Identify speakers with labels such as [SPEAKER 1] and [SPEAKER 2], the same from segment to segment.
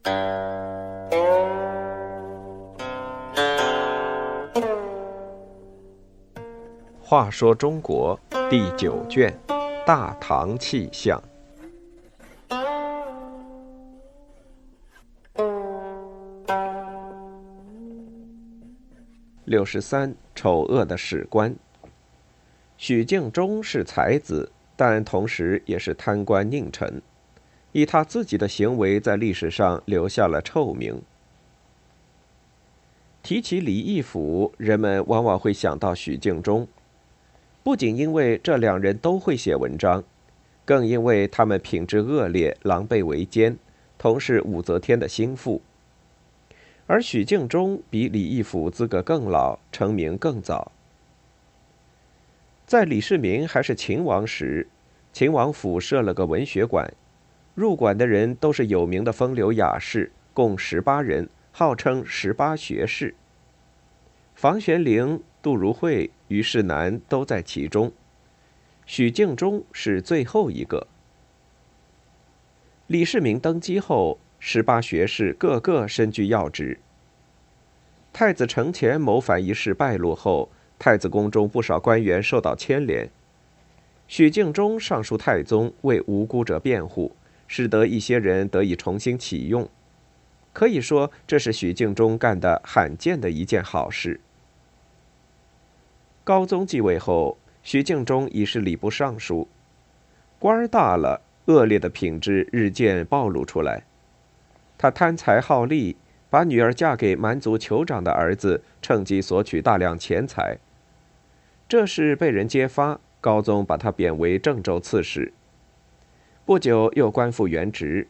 [SPEAKER 1] 话说中国第9卷《大唐气象》63丑恶的史官。许敬忠是才子，但同时也是贪官佞臣，以他自己的行为在历史上留下了臭名。提起李义府，人们往往会想到许敬忠，不仅因为这两人都会写文章，更因为他们品质恶劣，狼狈为奸，同是武则天的心腹。而许敬忠比李义府资格更老，成名更早。在李世民还是秦王时，秦王府设了个文学馆，入馆的人都是有名的风流雅士，共18人，号称18学士。房玄龄、杜如晦、虞世南都在其中，许敬忠是最后一个。李世民登基后，18学士个个身居要职。太子承乾谋反一事败露后，太子宫中不少官员受到牵连。许敬忠上书太宗，为无辜者辩护，使得一些人得以重新启用。可以说，这是许敬忠干的罕见的一件好事。高宗继位后，许敬忠已是礼部尚书，官儿大了，恶劣的品质日渐暴露出来。他贪财好利，把女儿嫁给蛮族酋长的儿子，趁机索取大量钱财。这事被人揭发，高宗把他贬为郑州刺史，不久又官复原职。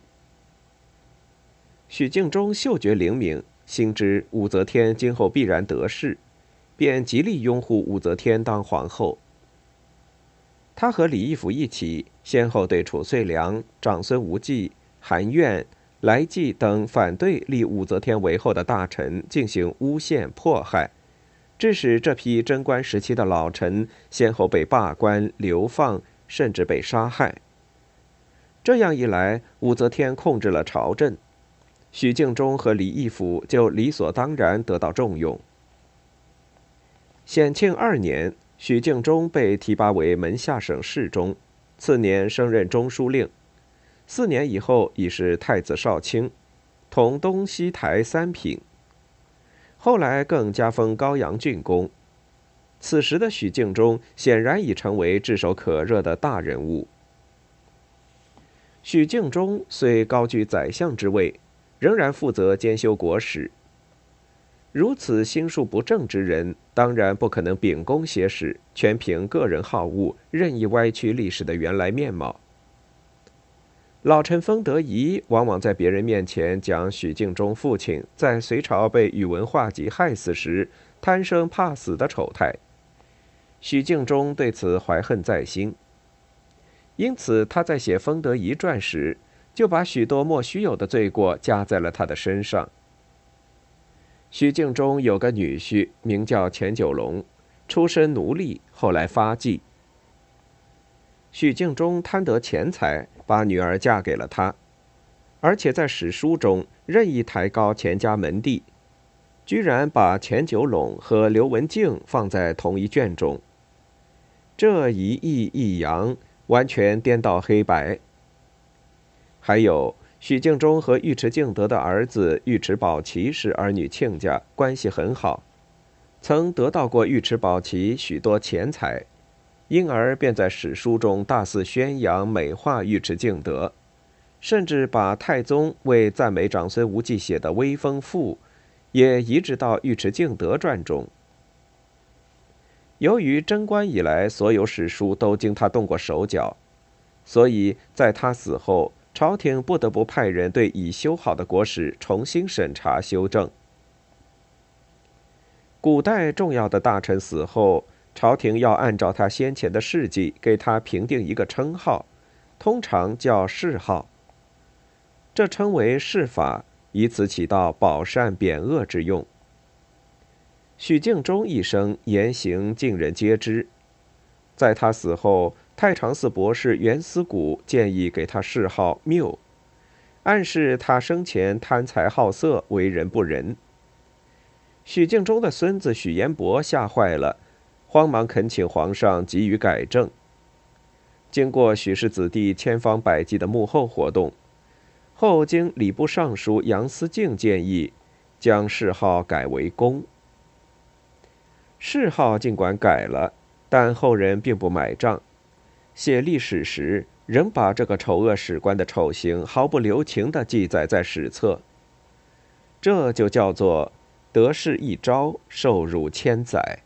[SPEAKER 1] 许敬忠嗅觉灵敏，心知武则天今后必然得势，便极力拥护武则天当皇后。他和李义府一起，先后对褚遂良、长孙无忌、韩苑、来济等反对立武则天为后的大臣进行诬陷迫害，致使这批贞观时期的老臣先后被罢官、流放，甚至被杀害。这样一来，武则天控制了朝政，许敬忠和李义府就理所当然得到重用。显庆2年，许敬忠被提拔为门下省侍中，次年升任中书令，4年以后已是太子少卿，统东西台3品。后来更加封高阳郡公。此时的许敬忠显然已成为炙手可热的大人物。许敬忠虽高居宰相之位，仍然负责兼修国史。如此心术不正之人，当然不可能秉公写史，全凭个人好恶，任意歪曲历史的原来面貌。老臣封德仪往往在别人面前讲许敬忠父亲在隋朝被宇文化及害死时贪生怕死的丑态，许敬忠对此怀恨在心，因此他在写封德仪传时，就把许多莫须有的罪过加在了他的身上。许敬忠有个女婿，名叫钱九龙，出身奴隶，后来发迹。许敬忠贪得钱财，把女儿嫁给了他，而且在史书中任意抬高钱家门第，居然把钱九龙和刘文静放在同一卷中。这一抑一扬，完全颠倒黑白。还有许敬忠和尉迟敬德的儿子尉迟宝祺是儿女亲家，关系很好，曾得到过尉迟宝祺许多钱财，因而便在史书中大肆宣扬美化尉迟敬德，甚至把太宗为赞美长孙无忌写的《威风赋》也移植到尉迟敬德传中。由于贞观以来所有史书都经他动过手脚，所以在他死后，朝廷不得不派人对已修好的国史重新审查修正。古代重要的大臣死后，朝廷要按照他先前的事迹给他评定一个称号，通常叫谥号。这称为谥法，以此起到保善贬恶之用。许敬忠一生言行尽人皆知，在他死后，太常寺博士袁思古建议给他谥号谬， 暗示他生前贪财好色，为人不仁。许敬忠的孙子许延伯吓坏了，慌忙恳请皇上给予改正。经过许氏子弟千方百计的幕后活动，后经礼部尚书杨思敬建议，将谥号改为公。谥号尽管改了，但后人并不买账，写历史时仍把这个丑恶史官的丑行毫不留情地记载在史册。这就叫做得势一朝，受辱千载。